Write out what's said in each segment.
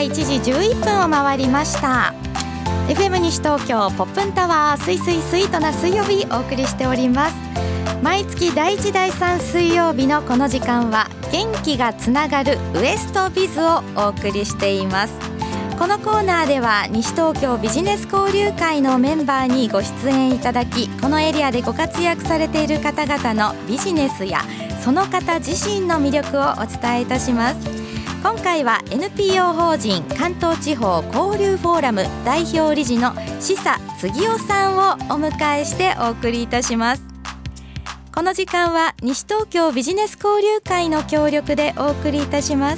1時11分を回りました。 FM 西東京ポップンタワー、スイスイスイートな水曜日お送りしております。毎月第1第3水曜日のこの時間は元気がつながるウエストビズをお送りしています。このコーナーでは西東京ビジネス交流会のメンバーにご出演いただき、このエリアでご活躍されている方々のビジネスやその方自身の魅力をお伝えいたします。今回は NPO 法人関東地方交流フォーラム代表理事の志佐次夫さんをお迎えしてお送りいたします。この時間は西東京ビジネス交流会の協力でお送りいたします。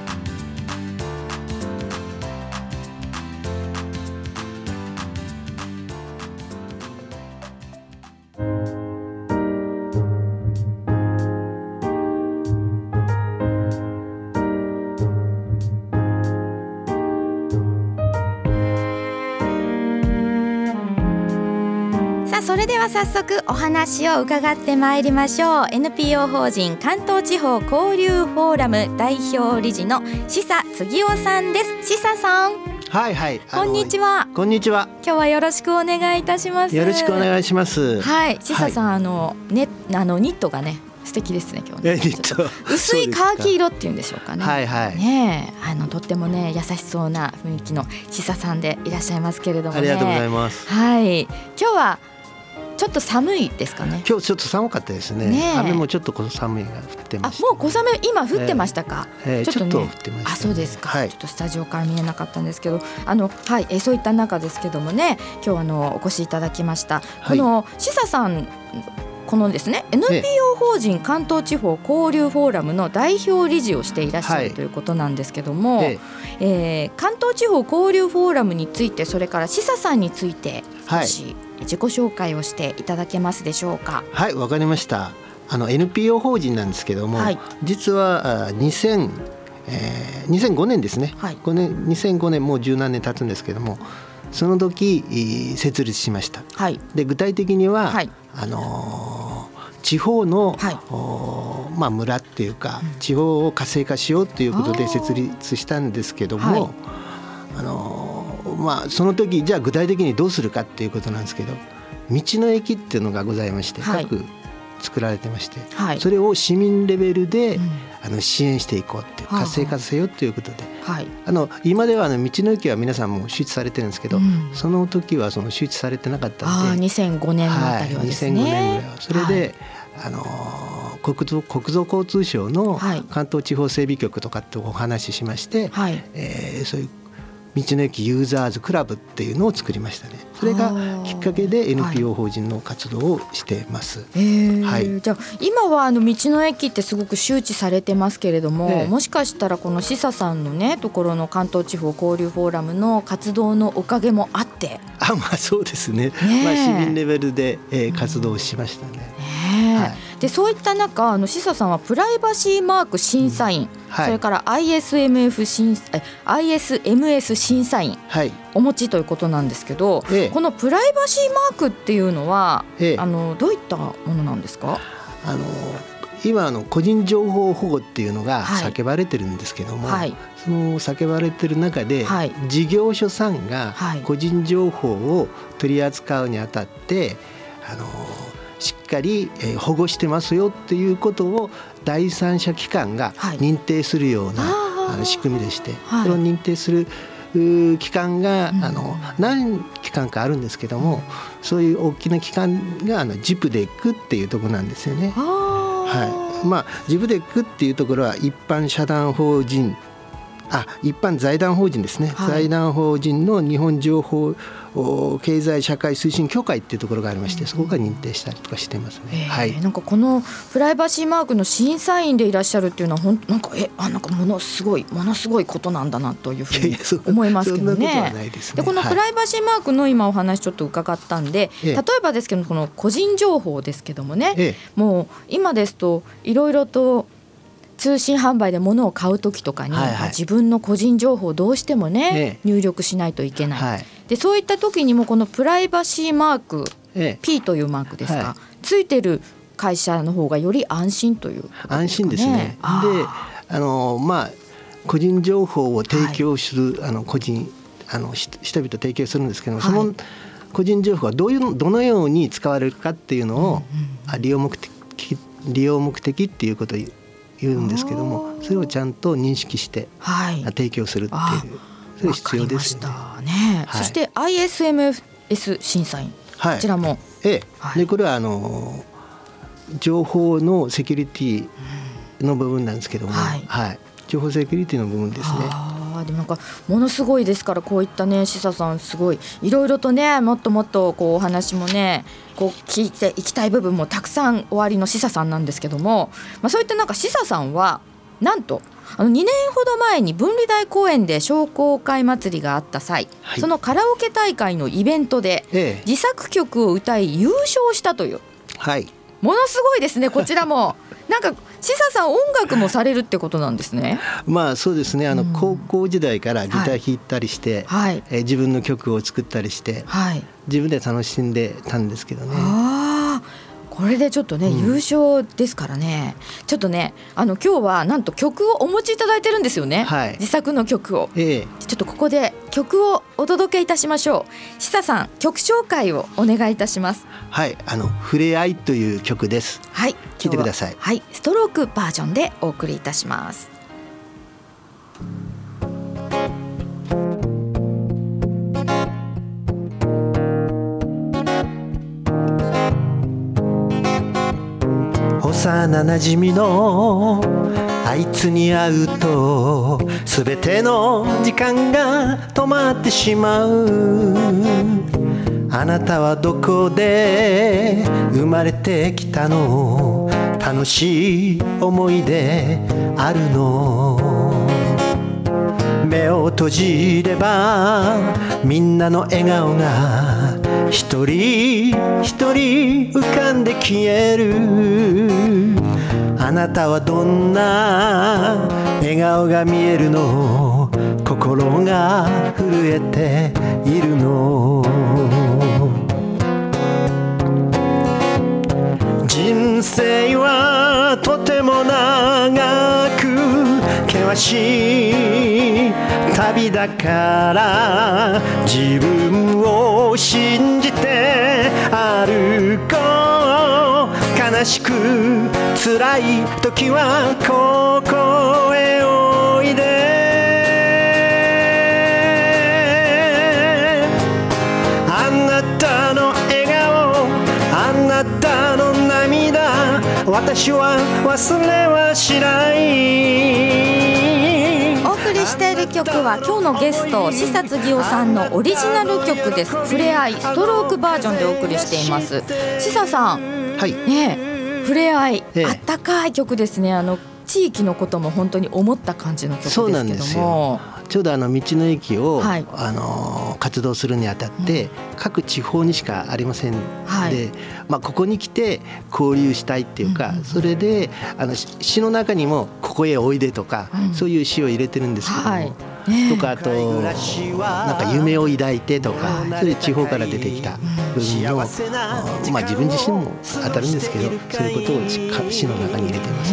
それでは早速お話を伺ってまいりましょう。 NPO 法人関東地方交流フォーラム代表理事の志佐次夫さんです。志佐さん、 はいはい、 こんにちは。 こんにちは。 今日はよろしくお願いいたします。 よろしくお願いします。 はい、志佐さん、ニットがね素敵ですね今日ね。 ニット薄いカーキ色っていうんでしょうかね。 はいはい、 ねえ、とってもね優しそうな雰囲気の志佐さんでいらっしゃいますけれどもね。 ありがとうございます。 はい、今日はちょっと寒いですかね。 今日ちょっと寒かったですね。雨もちょっと小雨が降ってました。 もう小雨今降ってましたか。 ちょっと降ってました、ね。 そうですか、 はい、 ちょっとスタジオから見えなかったんですけど、はい、そういった中ですけどもね、今日お越しいただきました、この志佐さん、このですね NPO 法人関東地方交流フォーラムの代表理事をしていらっしゃるということなんですけども、関東地方交流フォーラムについて、それから志佐さんについて少し自己紹介をしていただけますでしょうか。 はい、わかりました。NPO 法人なんですけども、実は2005年ですね、2005年もう十何年経つんですけども、その時設立しました。で具体的には、地方の、村っていうか、地方を活性化しようということで設立したんですけども、その時じゃあ具体的にどうするかっていうことなんですけど、道の駅っていうのがございまして、各作られてまして、それを市民レベルで、支援していこうっていう、活性化させようということで、今では道の駅は皆さんも周知されてるんですけど、その時はその周知されてなかったので、 2005年のあたりはですね、 2005年ぐらいはそれで、国土交通省の関東地方整備局とかってお話ししまして、そういう道の駅ユーザーズクラブっていうのを作りましたね。それがきっかけで NPO 法人の活動をしています。じゃあ今は道の駅ってすごく周知されてますけれども、もしかしたらこの志佐さんのねところの関東地方交流フォーラムの活動のおかげもあって、 そうですね、市民レベルで、活動しましたね。 でそういった中、志佐さんはプライバシーマーク審査員、それから ISMS 審査員、お持ちということなんですけど、このプライバシーマークっていうのは、どういったものなんですか。 今個人情報保護っていうのが叫ばれてるんですけども、その叫ばれてる中で、事業所さんが個人情報を取り扱うにあたって、しっかり保護してますよっていうことを第三者機関が認定するような仕組みでして、それを認定する機関が何機関かあるんですけども、そういう大きな機関がジプデックっていうところなんですよね。ジプデックっていうところは一般財団法人ですね、財団法人の日本情報経済社会推進協会っていうところがありまして、そこが認定したりとかしていますね。 なんかこのプライバシーマークの審査員でいらっしゃるっていうのはなんかものすごいことなんだなというふうに思いますけどね。でこのプライバシーマークの今お話ちょっと伺ったんで、例えばですけどこの個人情報ですけどもね、もう今ですといろいろと通信販売で物を買う時とかに、自分の個人情報をどうしてもね、入力しないといけない、でそういった時にもこのプライバシーマーク、P というマークですか、ついてる会社の方がより安心ということですかね。 安心ですね。で個人情報を提供する、人々提供するんですけども、その個人情報がどのように使われるかっていうのを、利用目的っていうことを言うんですけども、それをちゃんと認識して提供するっていう、それが必要ですね。 そして ISMS 審査員、こちらも、 でこれは情報のセキュリティの部分なんですけども、情報セキュリティの部分ですね。 でもなんかものすごいですから、こういったね、示唆さんすごいいろいろとね、もっともっとこうお話もね、こう聞いていきたい部分もたくさんおありの示唆さんなんですけども、そういったなんか示唆さんはなんと2年ほど前に分離台公園で商工会祭りがあった際、そのカラオケ大会のイベントで自作曲を歌い優勝したという、ものすごいですね。こちらもなんか示唆さん音楽もされるってことなんですね。 そうですね。高校時代からギター弾いたりして、自分の曲を作ったりして、自分で楽しんでたんですけどね。 これでちょっとね、優勝ですからね、ちょっとね、今日はなんと曲をお持ちいただいてるんですよね、自作の曲を、ちょっとここで曲をお届けいたしましょう。示唆さん、曲紹介をお願いいたします。 ふれあいという曲です。聴いてください。 ストロークバージョンでお送りいたします。 幼なじみのあいつに会うと、すべての時間が止まってしまう。あなたはどこで生まれてきたの？楽しい思い出あるの？目を閉じればみんなの笑顔が一人一人浮かんで消える。あなたはどんな笑顔が見えるの？心が震えているの？人生はとても長く険しい旅だから、自分を信じて歩こう。悲しく辛い時はここへおいで。あなたの笑顔、あなたの涙、私は忘れはしない。 お送りしている曲は今日のゲスト志佐次夫さんのオリジナル曲です。ふれあいストロークバージョンでお送りしています。志佐さん、ふれあい、あったかい曲ですね。地域のことも本当に思った感じの曲ですけども。そうなんですよ。 ちょうど道の駅を、活動するにあたって、各地方にしかありませんで、ここに来て交流したいっていうか、それで詩の中にもここへおいでとか、そういう詩を入れてるんですけども、とか、あとなんか夢を抱いてとか、それで地方から出てきた部分の、自分自身も当たるんですけど、そういうことを詩の中に入れてます。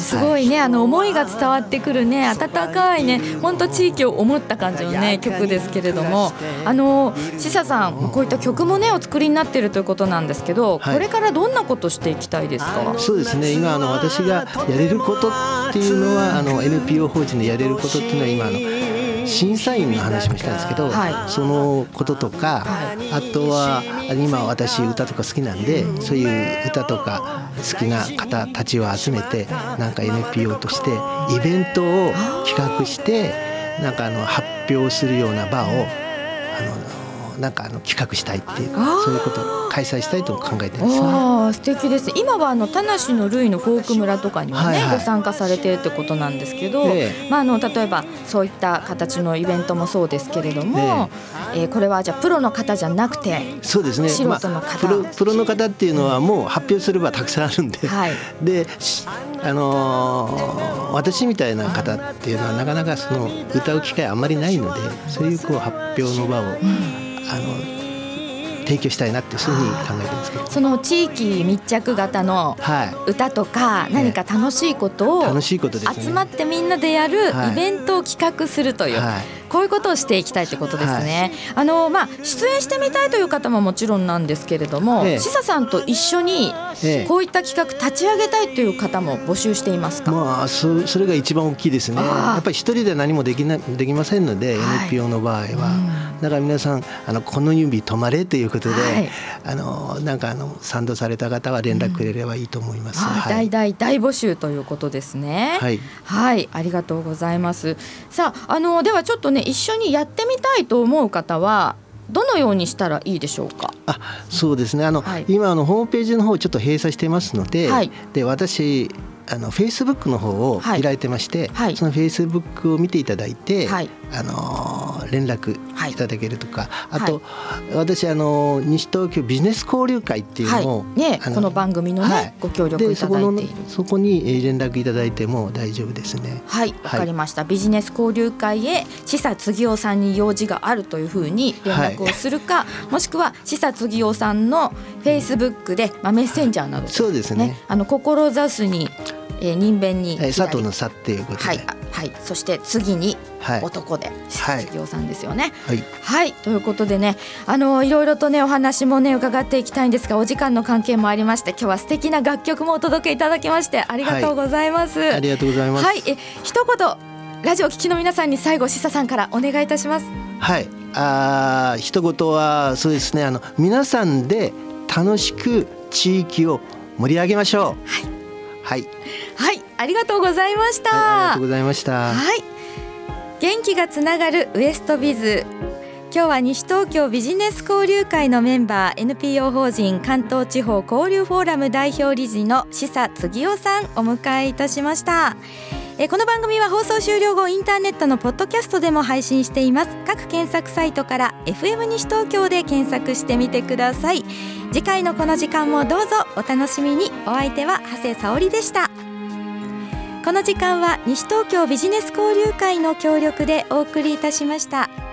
すごいね、思いが伝わってくるね、温かいね、本当地域を思った感じのね曲ですけれども、志佐さん、こういった曲もねお作りになっているということなんですけど、これからどんなことしていきたいですか？ そうですね、今私がやれることっていうのは、NPO 法人でやれることっていうのは、今審査員の話もしたんですけど、そのこととか、あとは今私歌とか好きなんで、そういう歌とか好きな方たちを集めて、なんか NPO としてイベントを企画して、なんか発表するような場をなんか企画したいっていうか、そういうことを開催したいと考えてます。 素敵です。今は田無の類のフォーク村とかにもね、ご参加されているってことなんですけど、例えばそういった形のイベントもそうですけれども、これはじゃあプロの方じゃなくて、 そうですね、 素人の方、 プロの方っていうのはもう発表すればたくさんあるんで、で私みたいな方っていうのはなかなかその歌う機会あんまりないので、そういう発表の場を提供したいなっていうそういうふうに考えてるんですけど、 その地域密着型の歌とか何か楽しいことを集まってみんなでやるイベントを企画するという、こういうことをしていきたいということですね。出演してみたいという方ももちろんなんですけれども、シサさんと一緒にこういった企画立ち上げたいという方も募集していますか？ それが一番大きいですね。やっぱり一人で何もできませんので、NPO の場合は、だから皆さんこの指止まれということで、賛同された方は連絡くれればいいと思います。 大募集ということですね。はい、ありがとうございます。さあ、ではちょっとね、一緒にやってみたいと思う方はどのようにしたらいいでしょうか？ そうですね、今ホームページの方をちょっと閉鎖してますので、で私Facebook の方を開いてまして、その Facebook を見ていただいて、連絡いただけるとか、あと、私西東京ビジネス交流会っていうのを、 この番組のご協力いただいている、 そこに連絡いただいても大丈夫ですね。 わかりました。ビジネス交流会へ志佐次男さんに用事があるというふうに連絡をするか、もしくは志佐次男さんの Facebook で、メッセンジャーなどで、 そうですね、 志に人弁に佐藤の佐っていうことで、 そして次に男で志次男さんですよね。ということでね、いろいろとねお話もね伺っていきたいんですが、お時間の関係もありまして、今日は素敵な楽曲もお届けいただきましてありがとうございます。 ありがとうございます。 一言ラジオ聴きの皆さんに最後、志佐さんからお願いいたします。 一言はそうですね、皆さんで楽しく地域を盛り上げましょう。 ありがとうございました。 ありがとうございました。 元気がつながるウエストビズ、今日は西東京ビジネス交流会のメンバー、 NPO 法人関東地方交流フォーラム代表理事の志佐次男さんお迎えいたしました。この番組は放送終了後インターネットのポッドキャストでも配信しています。各検索サイトから FM 西東京で検索してみてください。次回のこの時間もどうぞお楽しみに。お相手は長谷沙織でした。この時間は西東京ビジネス交流会の協力でお送りいたしました。